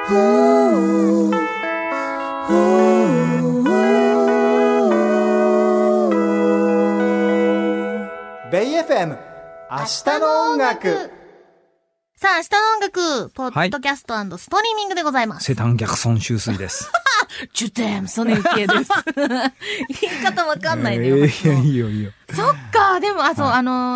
ベイ FM 明日の音楽。 さあ、明日の音楽、ポッドキャスト&ストリーミングでございます。 セタン逆損修水です。 ジュテームソネル系です。言い方わかんないね。 いや、いいよ、いいよ。 そっか、でも、そう、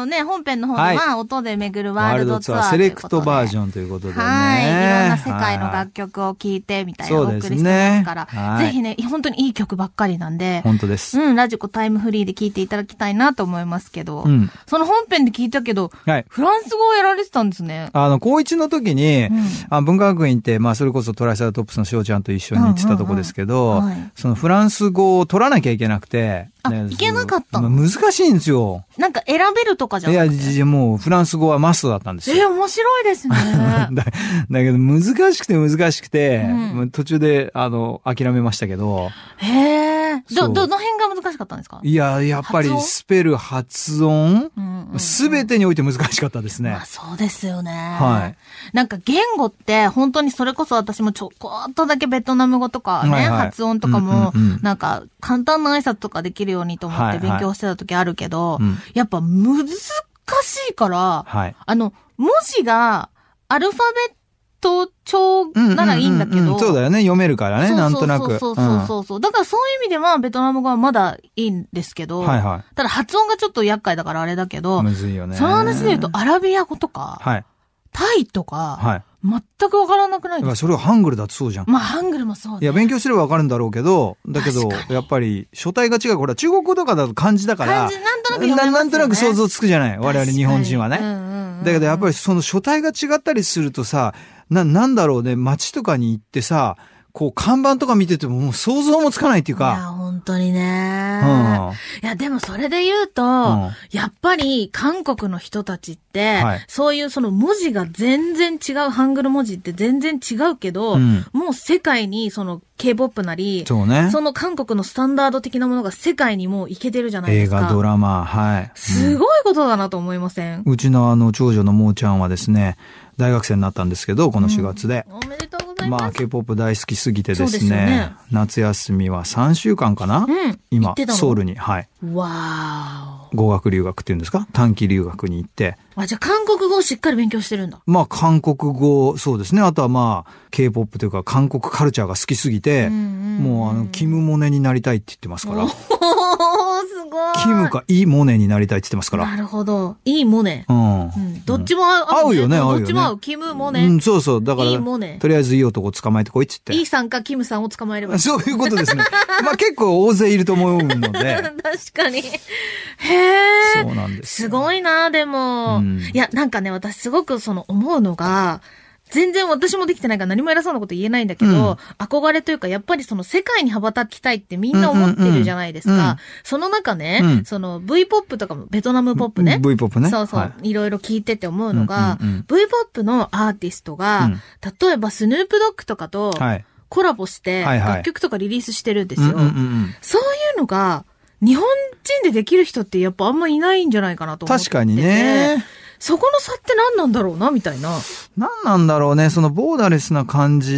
ね、本編の方では、音で巡るワールドツアーセレクトバージョンということでね。 はい。いろんな世界の楽曲を聴いて、みたいなお送りしてますから、ぜひね、本当にいい曲ばっかりなんで、 本当です。 ラジコタイムフリーで聴いていただきたいなと思いますけど、その本編で聞いたけど、フランス語をやられてたんですね。 高一の時に、文化学院って、それこそトライサラトップスの翔ちゃんと一緒に行ってたとこですけど、そのフランス語を取らなきゃいけなくて、 いけなかったの？ 難しいんですよ。 なんか選べるとかじゃなくて。 いや、もうフランス語はマストだったんですよ。 面白いですね。 だけど難しくて、途中で諦めましたけど。 へー。どの辺が難しかったんですか？ いや、やっぱりスペル、発音、すべてにおいて難しかったですね。 そうですよね。 はい。 なんか言語って本当にそれこそ私もちょこっとだけベトナム語とかね、発音とかも、なんか簡単な挨拶とかできるようにと思って勉強してた時あるけど、やっぱ難しいから、文字がアルファベット調ならいいんだけど、 そうだよね。読めるからね、なんとなく。 そう。だからそういう意味ではベトナム語はまだいいんですけど、ただ発音がちょっと厄介だからあれだけど、 むずいよね。 その話で言うとアラビア語とか、タイとか、全くわからなくないですか？ それはハングルだとそうじゃん。 ハングルもそうね。 いや、勉強すればわかるんだろうけど、だけど、やっぱり書体が違う。これは中国語とかだと漢字だから、 なんとなく読めますよね。 なんとなく想像つくじゃない。我々日本人はね。だけどやっぱりその書体が違ったりするとさ、なんだろうね、街とかに行ってさ、こう看板とか見ててももう想像もつかないっていうか。 いや、本当にね。いや、でもそれで言うと、やっぱり韓国の人たちって、そういうその文字が全然違う、ハングル文字って全然違うけど、もう世界にその K-POP なり、その韓国のスタンダード的なものが世界にもういけてるじゃないですか。 映画、ドラマ、 すごいことだなと思いません？ うちの長女のもーちゃんはですね、大学生になったんですけど、この4月で。 おめでとうございます。 K-POP 大好きすぎてですね、夏休みは3週間かな、今、ソウルに、語学留学っていうんですか？短期留学に行って。 じゃあ韓国語をしっかり勉強してるんだ。 韓国語、そうですね。あとはK-POP というか韓国カルチャーが好きすぎて、もうキム・モネになりたいって言ってますから。 すごい。 キムかイ・モネになりたいって言ってますから。 なるほど。イ・モネ。どっちも合うよね、 どっちも合う。キム・モネ。 そう。だから、とりあえずいい男捕まえてこいって言って。 イさんかキムさんを捕まえればいい。 そういうことですね。結構大勢いると思うので。 確かに。へー。 そうなんです。 すごいな、でも。いや、なんかね、私すごく思うのが、全然私もできてないから何も偉そうなこと言えないんだけど、憧れというか、やっぱり世界に羽ばたきたいってみんな思ってるじゃないですか。その中ね、V-POP とかも、ベトナムポップね。 V-POP ね。 そう。いろいろ聞いてて思うのが、V-POP のアーティストが、例えばスヌープドッグとかとコラボして、楽曲とかリリースしてるんですよ。そういうのが、日本人でできる人ってやっぱあんまいないんじゃないかなと思ってて。 確かにね。 そこの差って何なんだろうな、みたいな。 何なんだろうね、そのボーダレスな感じって、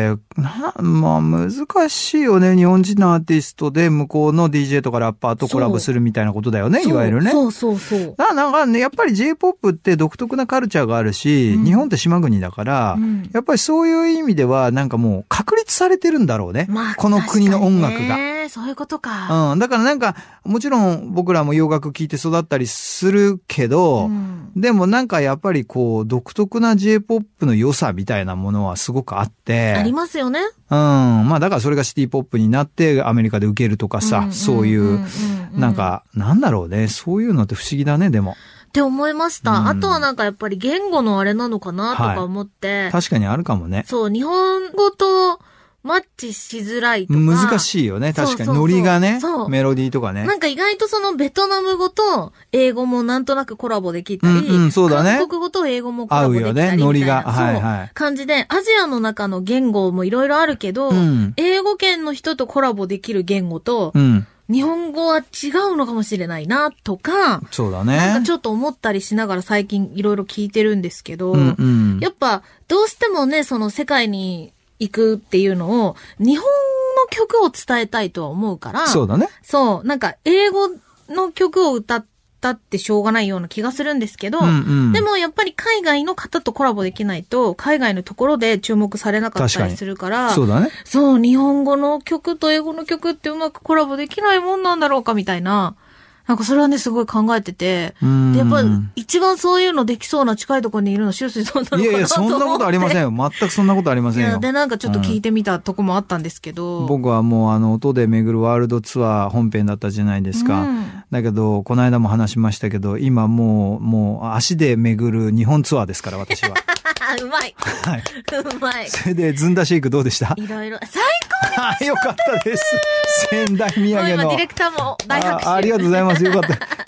難しいよね。日本人のアーティストで向こうの DJ とかラッパーとコラボするみたいなことだよね、いわゆるね。 そう。 なんかね、やっぱり J-POP って独特なカルチャーがあるし、日本って島国だから、やっぱりそういう意味ではなんかもう確立されてるんだろうね。この国の音楽が。 そういうことか。 だからなんか、もちろん僕らも洋楽聴いて育ったりするけど、でもなんかやっぱり独特な J-POP の良さみたいなものはすごくあって。 ありますよね。 だからそれがシティポップになってアメリカで受けるとかさ、そういう、なんか、なんだろうね。そういうのって不思議だね、でも。 って思いました。あとはなんかやっぱり言語のあれなのかなとか思って。 確かにあるかもね。 そう、日本語と、マッチしづらいとか。 難しいよね。確かに。ノリがね。メロディーとかね。 なんか意外とベトナム語と英語もなんとなくコラボできたり、 そうだね。 韓国語と英語もコラボできたりみたいな。合うよね、ノリが。感じで、アジアの中の言語もいろいろあるけど、英語圏の人とコラボできる言語と、 日本語は違うのかもしれないな、とか、 そうだね。 なんかちょっと思ったりしながら最近いろいろ聞いてるんですけど、 うんうん、 やっぱどうしてもね、その世界に行くっていうのを、日本の曲を伝えたいとは思うから、 そうだね。 そう、なんか英語の曲を歌ったってしょうがないような気がするんですけど、 うんうん、 でもやっぱり海外の方とコラボできないと、海外のところで注目されなかったりするから、 そうだね。 そう、日本語の曲と英語の曲ってうまくコラボできないもんなんだろうかみたいな、なんかそれはね、すごい考えてて、で、やっぱり一番そういうのできそうな近いところにいるのは周水さんなのかなと思って。いやいや、 そんなことありませんよ。全くそんなことありませんよ。いや、 で、なんかちょっと聞いてみたとこもあったんですけど。 僕はもう音で巡るワールドツアー本編だったじゃないですか。だけど、この間も話しましたけど、今もう足で巡る日本ツアーですから、私は。 うまい。 はい。 うまい。 それで、ずんだシェイクどうでした？ いろいろ。最高です。 よかったです。仙台土産の。 今ディレクターも大拍手。 ありがとうございます。よかった。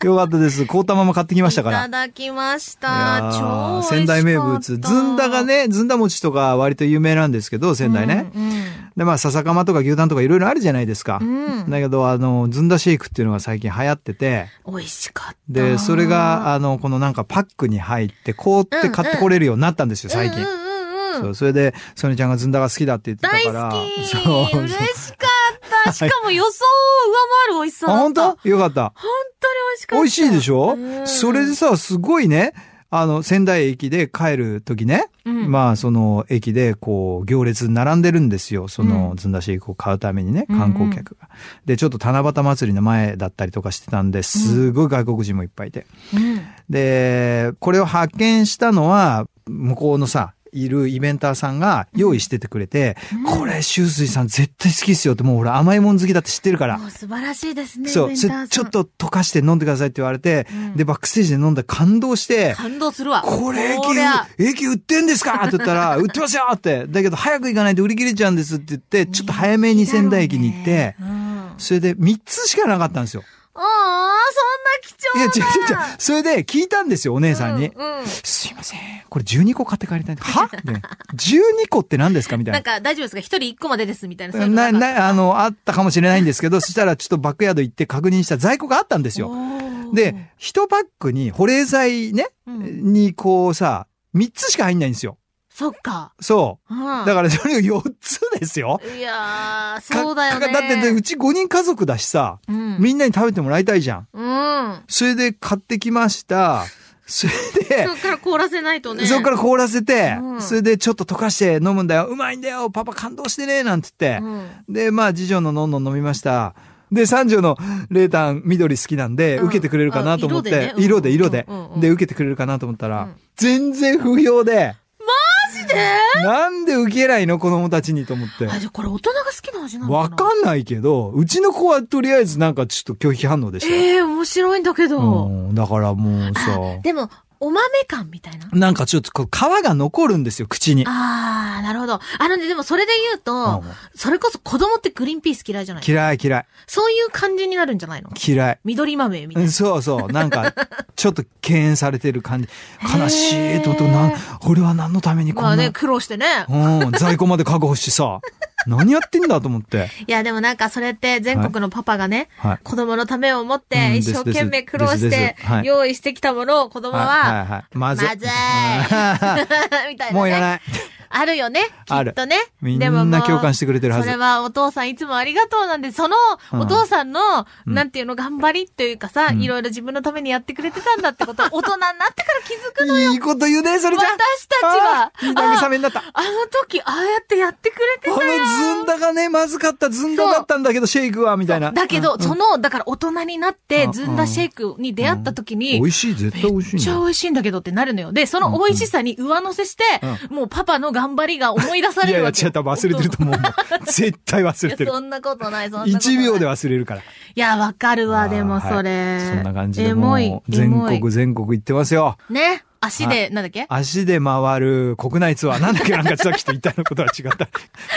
よかったです。凍ったまま買ってきましたから。 いただきました。超美味しかった。 仙台名物。ずんだがね、ずんだ餅とか割と有名なんですけど、仙台ね。で、まあ、笹かまとか牛タンとかいろいろあるじゃないですか。だけど、ずんだシェイクっていうのが最近流行ってて。 美味しかった。 で、それが、このなんかパックに入って、凍って買ってこれるようになったんですよ、最近。そう、それで、ソニちゃんがずんだが好きだって言ってたから。 大好き。そう。嬉しかった。しかも予想を上回る美味しさだった。 本当？よかった。 本当に美味しかった。 美味しいでしょ？それでさ、すごいね、仙台駅で帰るときね、まあ、その駅でこう、行列並んでるんですよ。その、ずんだシェイクを買うためにね、観光客が。で、ちょっと七夕祭りの前だったりとかしてたんで、すごい外国人もいっぱいいて。で、これを発見したのは、向こうのさ、いるイベンターさんが用意しててくれて、これ、周水さん絶対好きっすよって、もう俺甘いもん好きだって知ってるから。 もう素晴らしいですね。 そう、ちょっと溶かして飲んでくださいって言われて、で、バックステージで飲んだら感動して、 感動するわ。 これ駅売ってんですかって言ったら、売ってますよって。だけど早く行かないと売り切れちゃうんですって言って、ちょっと早めに仙台駅に行って、それで3つしかなかったんですよ。 ああ、そんな貴重な。 いや、違う。それで聞いたんですよ、お姉さんに。すいません。これ12個買って帰りたい。は？12個って何ですかみたいな。 なんか大丈夫ですか？1人1個までですみたいな。 あったかもしれないんですけど、そしたらちょっとバックヤード行って確認した在庫があったんですよ。で、1パックに保冷剤ね、にこうさ、3つしか入んないんですよ。 そっか。 そう。だからそれが4つですよ。 いやー、そうだよね。 だってうち5人家族だしさ、みんなに食べてもらいたいじゃん。それで買ってきました。それで、 そっから凍らせないとね。 そっから凍らせて、それでちょっと溶かして飲むんだよ。うまいんだよ。パパ感動してね。なんつって。で、まあ、次女ののんのん飲みました。で、三女のレータン緑好きなんで、受けてくれるかなと思って、色で。で、受けてくれるかなと思ったら、全然不評で。 マジで？ なんで受けないの子供たちにと思って。 じゃあこれ大人が好きな味なのかな？ わかんないけど、うちの子はとりあえずなんかちょっと拒否反応でした。 面白いんだけど。 だからもうさ。 でも、お豆感みたいな。 なんかちょっとこう皮が残るんですよ、口に。 ああ、なるほど。でもそれで言うと、それこそ子供ってグリーンピース嫌いじゃない？ 嫌い。 そういう感じになるんじゃないの？ 嫌い。 緑豆みたいな。 そう。なんか、ちょっと敬遠されてる感じ。悲しいと俺は何のためにこんな。 まあね、苦労してね。 在庫まで確保してさ。何やってんだと思って。 いや、でもなんかそれって全国のパパがね、子供のためを思って一生懸命苦労して用意してきたものを子供は、まずいみたいなね。 もういらない。 あるよね、きっとね。 みんな共感してくれてるはず。 それはお父さんいつもありがとうなんで、そのお父さんの、なんていうの、頑張りというかさ、いろいろ自分のためにやってくれてたんだってことを大人になってから気づくのよ。 いいこと言うね、それじゃ。 私たちは、 いい慰めになった。 あの時、ああやってやってくれてたよ。 ずんだがね、まずかったずんだだったんだけど、シェイクは、みたいな。 だけど、だから大人になって、ずんだシェイクに出会った時に、 美味しい、絶対美味しい。 めっちゃ美味しいんだけどってなるのよ。で、その美味しさに上乗せして、もうパパの頑張りが思い出されるわけ。 いや、忘れてると思う。絶対忘れてる。 そんなことない、 1秒で忘れるから。 いや、わかるわ、でもそれ。 そんな感じでもう、全国行ってますよ。 ね。足で、なんだっけ？ 足で回る国内ツアー。なんだっけなんかさっきと言ったのことは違った。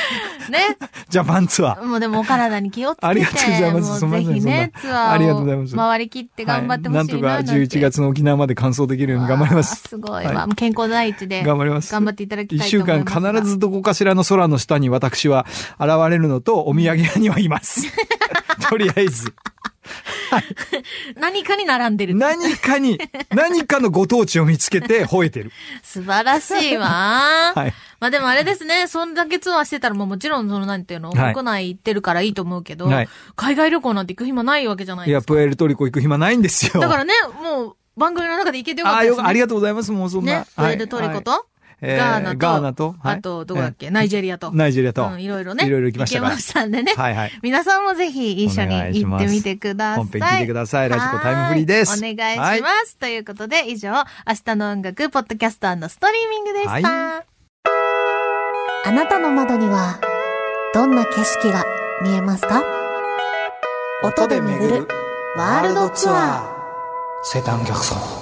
ね。 ジャパンツアー。 もうでもお体に気をつけて。 ありがとうございます。すみません。 ぜひね、ツアありがとうございーをます。 回り切って頑張ってほしいな、 なんとか11月の沖縄まで完走できるように頑張ります。 すごいわ。健康第一で。 頑張ります。 頑張っていただきたいと思います。 1週間必ずどこかしらの空の下に私は現れるのと、お土産屋にはいます。とりあえず。 はい、何かに並んでる。 何かのご当地を見つけて吠えてる。 素晴らしいわ。 はい。 まあでもあれですね、そんだけツアーしてたらもちろんなんていうの、国内行ってるからいいと思うけど、はい、海外旅行なんて行く暇ないわけじゃないですか。 いや、プエルトリコ行く暇ないんですよ。 だからね、もう番組の中で行けてよかったですね。 ありがとうございます、もうそんな。 ね、プエルトリコと、ガーナと、あと、どこだっけ、ナイジェリアと。いろいろね。 いろいろ行きましたから。 行けましたんでね。 はいはい。 皆さんもぜひ一緒に行ってみてください。 本編聞いてください。ラジコタイムフリーです。 お願いします。ということで、以上、明日の音楽、ポッドキャスト&ストリーミングでした。あなたの窓には、どんな景色が見えますか？ 音で巡るワールドツアー。生誕逆走。